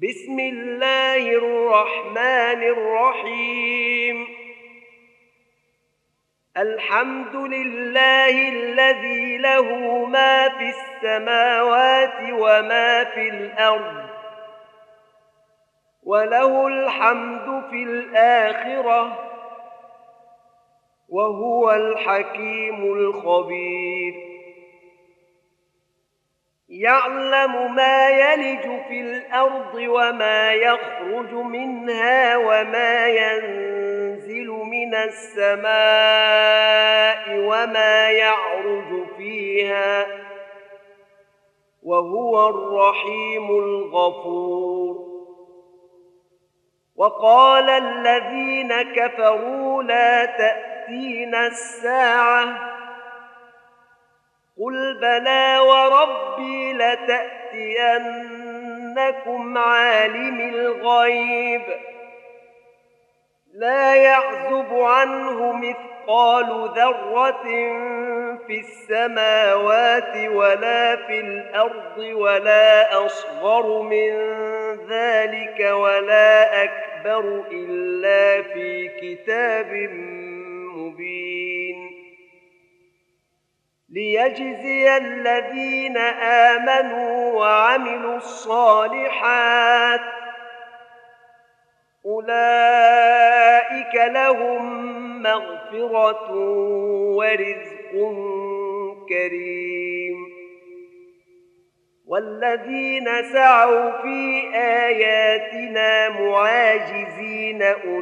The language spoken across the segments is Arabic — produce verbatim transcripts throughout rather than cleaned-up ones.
بسم الله الرحمن الرحيم الحمد لله الذي له ما في السماوات وما في الأرض وله الحمد في الآخرة وهو الحكيم الخبير يعلم ما يلج في الأرض وما يخرج منها وما ينزل من السماء وما يعرج فيها وهو الرحيم الغفور وقال الذين كفروا لا تأتينا الساعة قل بلى وربي لتأتينكم عالم الغيب لا يعزب عنه مثقال ذرة في السماوات ولا في الأرض ولا أصغر من ذلك ولا أكبر إلا في كتاب مبين ليجزي الذين آمنوا وعملوا الصالحات أولئك لهم مغفرة ورزق كريم والذين سعوا في آياتنا معاجزين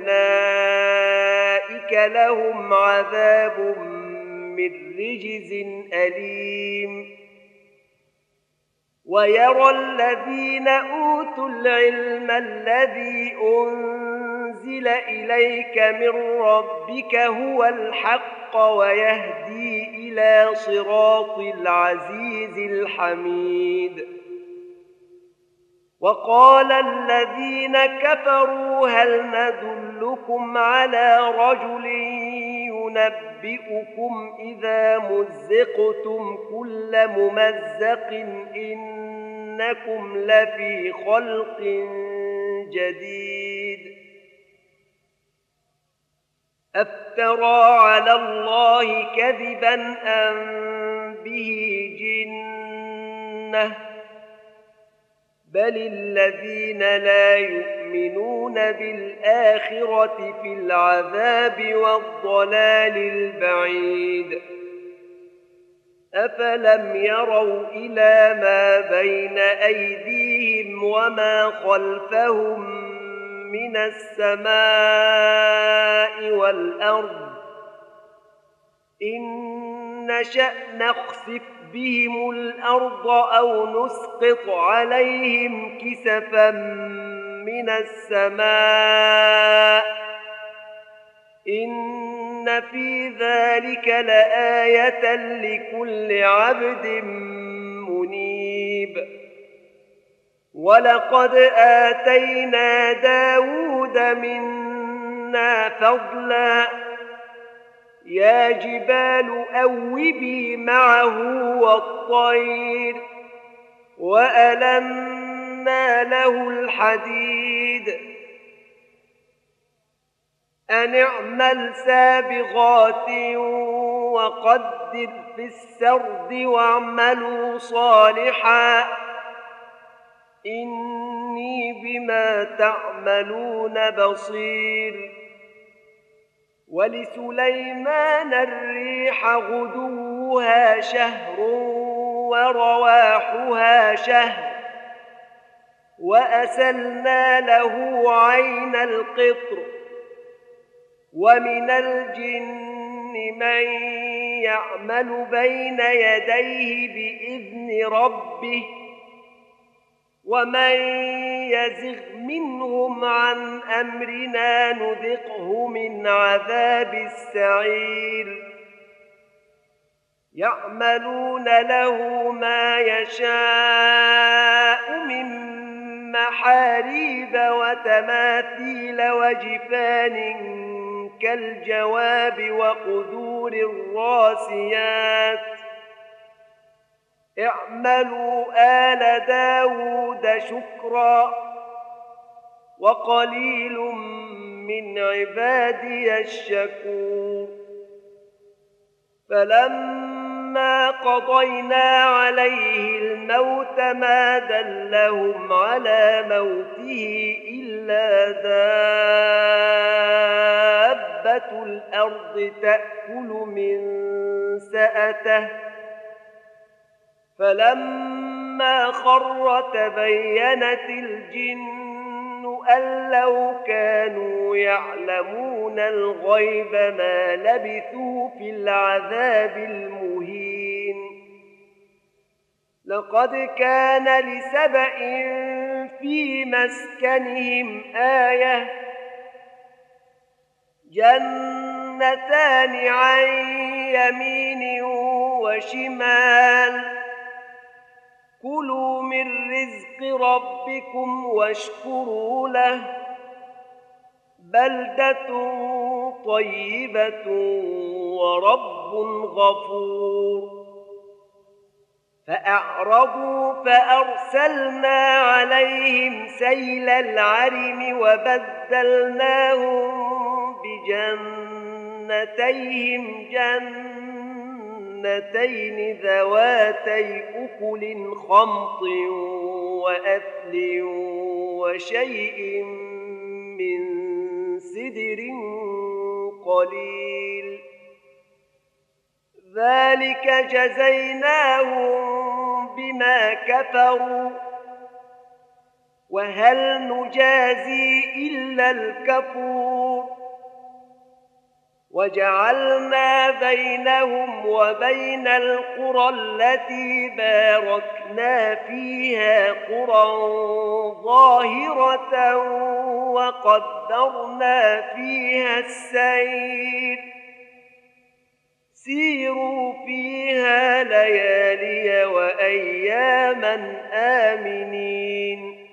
أولئك لهم عذاب من رجز أليم ويرى الذين أوتوا العلم الذي أنزل إليك من ربك هو الحق ويهدي إلى صراط العزيز الحميد وقال الذين كفروا هل ندلكم على رجل ينبئكم إذا مزقتم كل ممزق إنكم لفي خلق جديد أفترى على الله كذبا أم به جنة بل الذين لا يؤمنون بالآخرة في العذاب والضلال البعيد أفلم يروا إلى ما بين أيديهم وما خلفهم من السماء والأرض إن نشأ نخسف بهم الأرض أو نسقط عليهم كسفا من السماء إن في ذلك لآية لكل عبد منيب ولقد آتينا داود منا فضلا يا جبال أوبي معه والطير وألنا له الحديد أن اعمل سابغات وقدر في السرد واعملوا صالحا إني بما تعملون بصير ولسليمان الريح غدوها شهر ورواحها شهر وأسلنا له عين القطر ومن الجن من يعمل بين يديه بإذن ربه ومن يزغ منهم عن أمرنا نذقه من عذاب السعير يعملون له ما يشاء من محاريب وتماثيل وجفان كالجواب وقدور الراسيات اعملوا آل داود شكرا وقليل من عبادي الشكور فلما قضينا عليه الموت ما دلهم على موته إلا دابة الأرض تأكل من سأته فلما خر تبينت الجن أن لو كانوا يعلمون الغيب ما لبثوا في العذاب المهين لقد كان لسبإ في مسكنهم آية جنتان عن يمين وشمال كلوا من رزق ربكم واشكروا له بلدة طيبة ورب غفور فأعرضوا فأرسلنا عليهم سيل العرم وبدلناهم بجنتيهم جنتين ذواتي أكل خمط وأثل وشيء من سدر قليل ذلك جزيناهم بما كفروا وهل نجازي إلا الكفور وجعلنا بينهم وبين القرى التي باركنا فيها قرى ظاهرة وقدرنا فيها السير سيروا فيها ليالي وأياما آمنين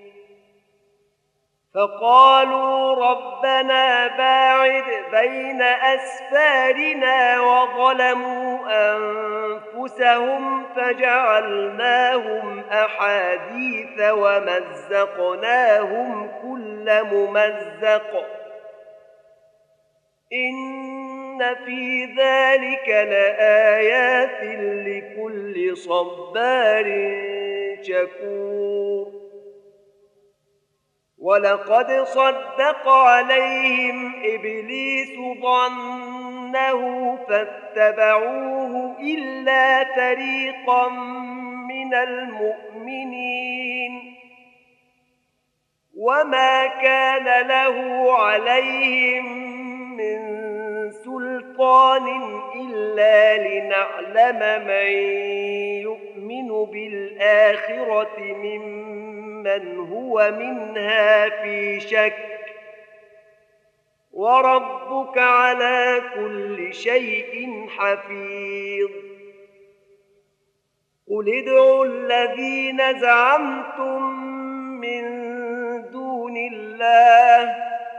فقالوا ربنا باعد بين أسفارنا وظلموا أنفسهم فجعلناهم أحاديث ومزقناهم كل ممزق إن في ذلك لآيات لكل صبار شكور ولقد صدق عليهم إبليس ظنه فاتبعوه إلا فريقا من المؤمنين وما كان له عليهم من سلطان إلا لنعلم من يؤمن بالآخرة ممن هو منها في شك وربك على كل شيء حفيظ قل ادعوا الذين زعمتم من دون الله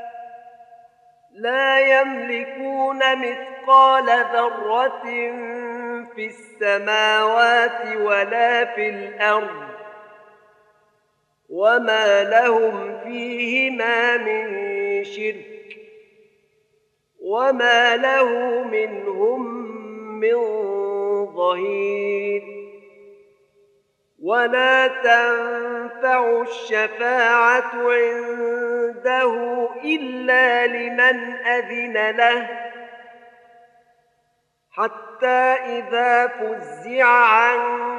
لا يملكون مثقال ذرة في السماوات ولا في الأرض وما لهم فيهما من شرك وما له منهم من ظهير ولا تنفع الشفاعة عنده إلا لمن أذن له حتى إذا فزع عن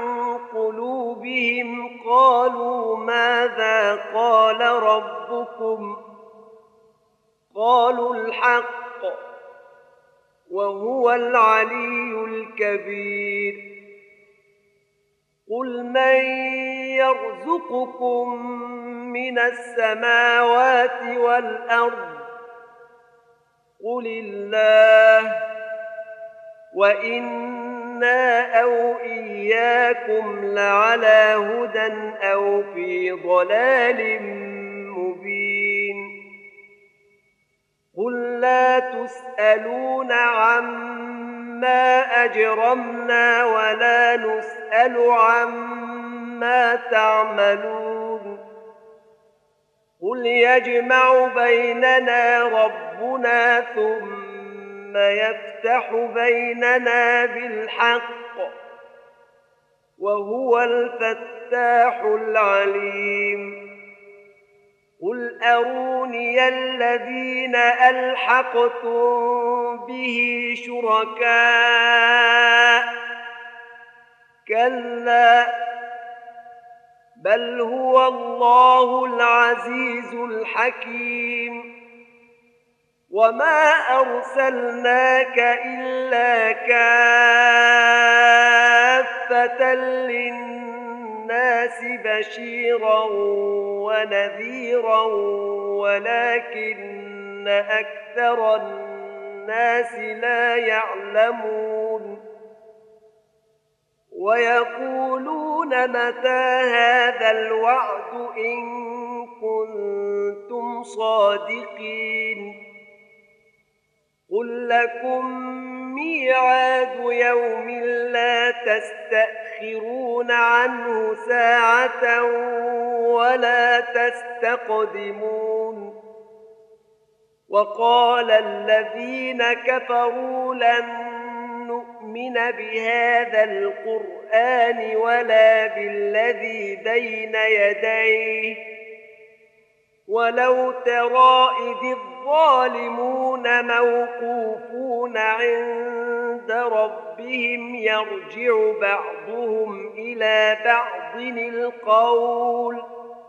قلوبهم قالوا ماذا قال ربكم قالوا الحق وهو العلي الكبير قل من يرزقكم من السماوات والأرض قل الله وإنا أو إياكم لعلى هدى أو في ضلال مبين قل لا تسألون عما أجرمنا ولا نسأل عما تعملون قل يجمع بيننا ربنا ثم يفتح بيننا بالحق وهو الفتاح العليم قل أروني الذين ألحقتم به شركاء كلا بل هو الله العزيز الحكيم وما أرسلناك إلا كافة للناس بشيرا ونذيرا ولكن أكثر الناس لا يعلمون ويقولون متى هذا الوعد إن كنتم صادقين قل لكم ميعاد يوم لا تستأخرون عنه ساعة ولا تستقدمون وقال الذين كفروا لن نؤمن بهذا القرآن ولا بالذي بين يديه ولو ترى إذ الظالمون موقوفون عند ربهم يرجع بعضهم إلى بعض القول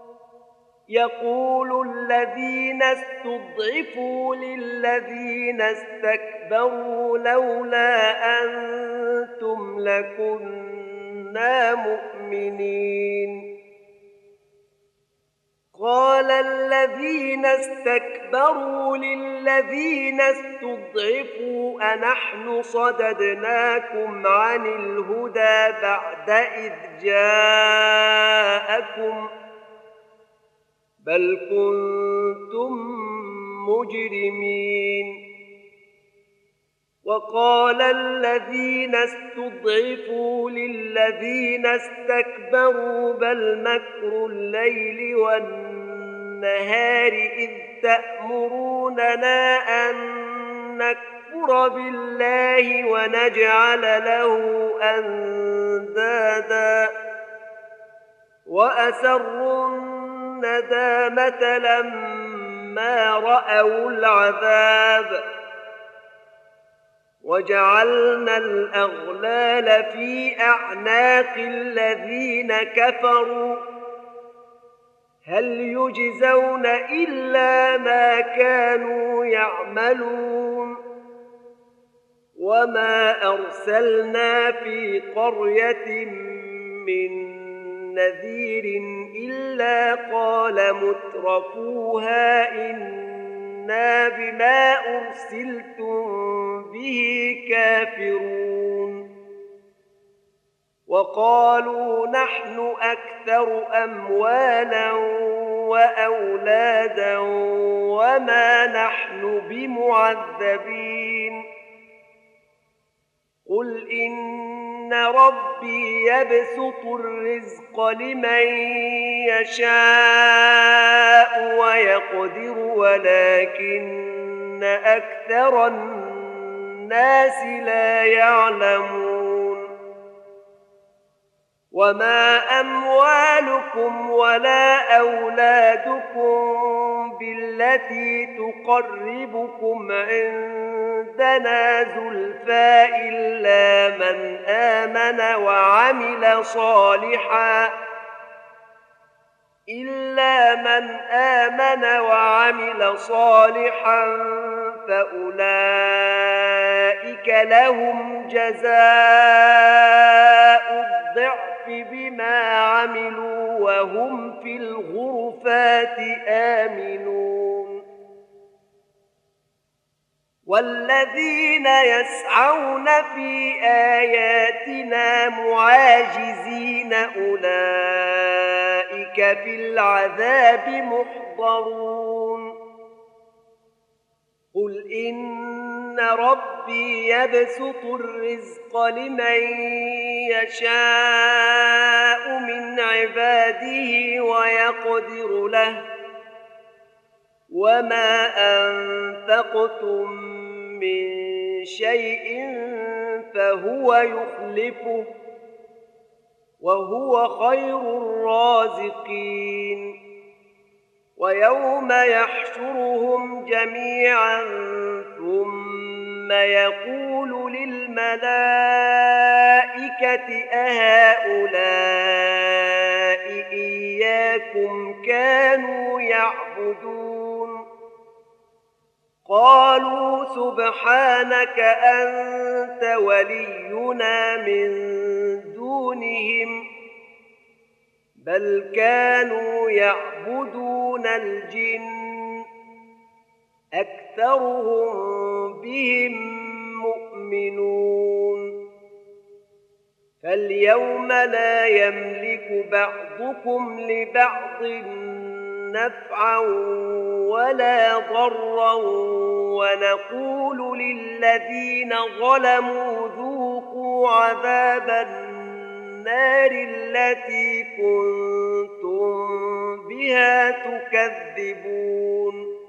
يقول الذين استضعفوا للذين استكبروا لولا أنتم لكنا مؤمنين قال الذين استكبروا للذين استضعفوا أنحن صددناكم عن الهدى بعد إذ جاءكم بل كنتم مجرمين وقال الذين استضعفوا للذين استكبروا بل مكر الليل والنهار إذ تأمروننا أن نكفر بالله ونجعل له أندادا وأسروا الندامة لما رأوا العذاب وجعلنا الأغلال في أعناق الذين كفروا هل يجزون إلا ما كانوا يعملون وما أرسلنا في قرية من نذير إلا قال مترفوها إنا بما أرسلتم به كافرون وقالوا نحن أكثر أموالا وأولادا وما نحن بمعذبين قل إن ربي يبسط الرزق لمن يشاء ويقدر ولكن أكثر الناس لا يعلمون وما أموالكم ولا أولادكم بالتي تقربكم عندنا زلفى إلا من آمن وعمل صالحا إلا من آمن وعمل صالحا فأولئك لهم جزاء الضعف بما عملوا وهم في الغرفات آمنون والذين يسعون في آياتنا معاجزين أولئك في العذاب محضرون قل إن ربي يبسط الرزق لمن يشاء من عباده ويقدر له وما أنفقتم من شيء فهو يخلفه وهو خير الرازقين ويوم يحشرهم جميعا ثم يقول للملائكة أهؤلاء إياكم كانوا يعبدون قالوا سبحانك أنت ولينا من دونهم بل كانوا يعبدون الجن أكثرهم بهم مؤمنون فاليوم لا يملك بعضكم لبعض نفعا ولا ضرا ونقول للذين ظلموا ذوقوا عذاب النار التي كنتم بها تكذبون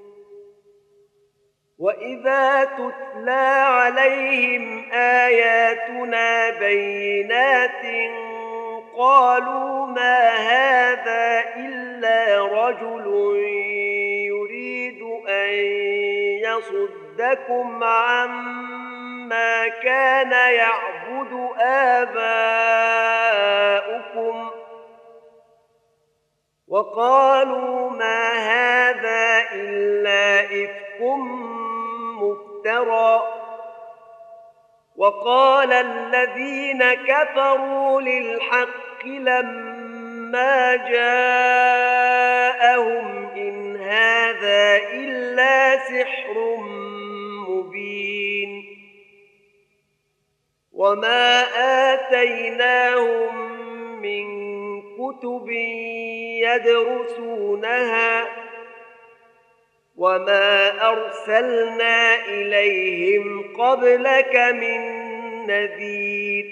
وإذا تتلى عليهم آياتنا بينات قالوا ما هذا إلا رجل يريد أن يصدكم عما كان يعبد آباؤكم وقالوا ما هذا إلا إفك مفترى وقال الذين كفروا للحق لما جاءهم إن هذا إلا سحر مبين وما آتيناهم من كتب يدرسونها وما أرسلنا إليهم قبلك من نذير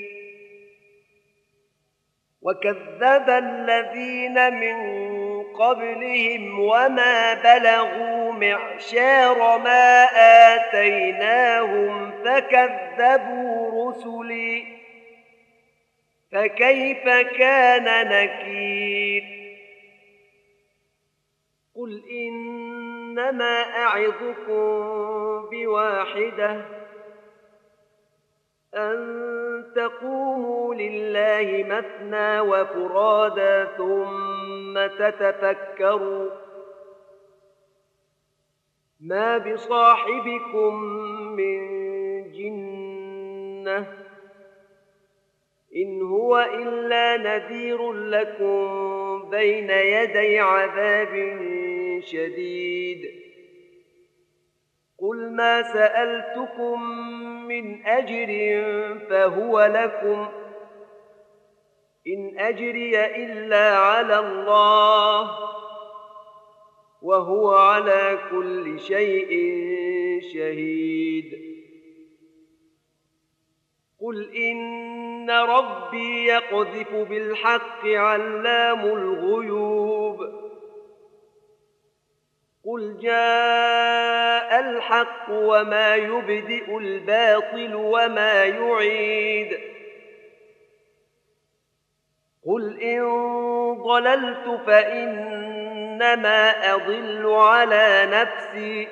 وكذب الذين من قبلهم وما بلغوا معشار ما آتيناهم فكذبوا رسلي فكيف كان نكير قل إنما أعظكم بواحدة أن تقوموا لله مثنى وفرادى ثم تتفكروا ما بصاحبكم من جنة إن هو إلا نذير لكم بين يدي عذاب شديد قل ما سألتكم من أجر فهو لكم إن أجري إلا على الله وهو على كل شيء شهيد قل إن ربي يقذف بالحق علام الغيوب قل جاء الحق وما يبدئ الباطل وما يعيد قل إن ضللت فإنما أضل على نفسي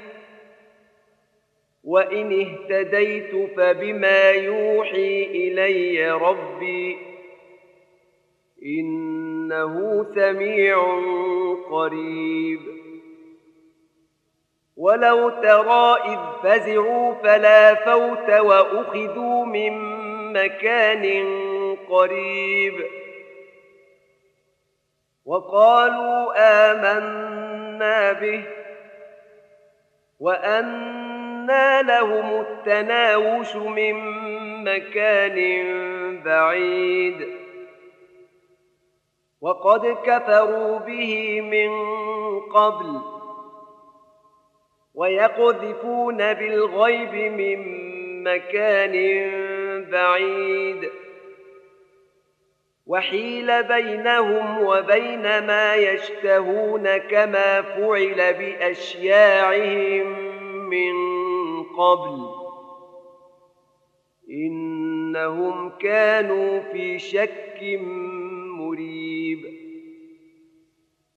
وإن اهتديت فبما يوحي إلي ربي إنه سميع قريب ولو ترى إذ فزعوا فلا فوت وأخذوا من مكان قريب وقالوا آمنا به وأنى لهم التناوش من مكان بعيد وقد كفروا به من قبل ويقذفون بالغيب من مكان بعيد وحيل بينهم وبين ما يشتهون كما فعل بأشياعهم من قبل إنهم كانوا في شك مريب